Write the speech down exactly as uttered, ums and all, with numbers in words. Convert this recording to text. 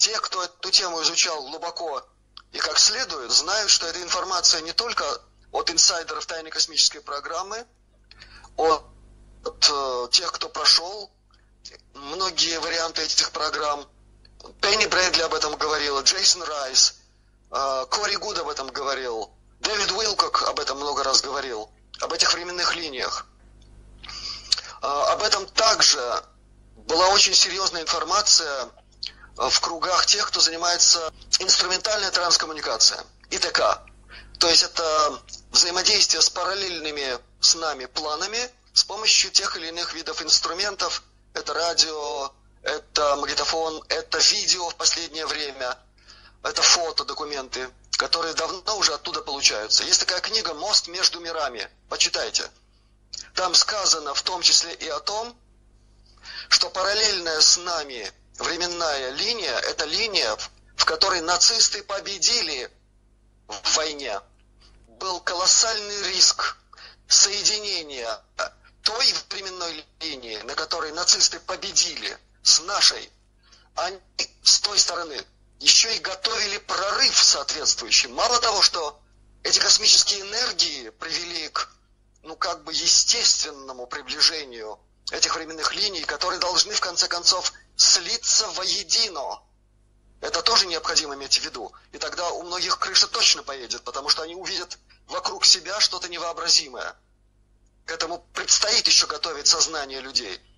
те, кто эту тему изучал глубоко и как следует, знают, что эта информация не только от инсайдеров тайной космической программы, от, от э, тех, кто прошел многие варианты этих программ. Пенни Брэдли об этом говорила, Джейсон Райс, э, Кори Гуд об этом говорил, Дэвид Уилкок об этом много раз говорил, об этих временных линиях. Э, об этом также была очень серьезная информация в кругах тех, кто занимается инструментальной транскоммуникацией, И Т К. То есть это взаимодействие с параллельными с нами планами с помощью тех или иных видов инструментов. Это радио, это магнитофон, это видео в последнее время, это фото, документы, которые давно уже оттуда получаются. Есть такая книга «Мост между мирами». Почитайте. Там сказано в том числе и о том, что параллельная с нами временная линия – это линия, в которой нацисты победили в войне. Был колоссальный риск соединения той временной линии, на которой нацисты победили, с нашей. Они с той стороны еще и готовили прорыв соответствующий. Мало того, что эти космические энергии привели к, ну, как бы естественному приближению этих временных линий, которые должны в конце концов слиться воедино. Это тоже необходимо иметь в виду. И тогда у многих крыша точно поедет, потому что они увидят вокруг себя что-то невообразимое. К этому предстоит еще готовить сознание людей.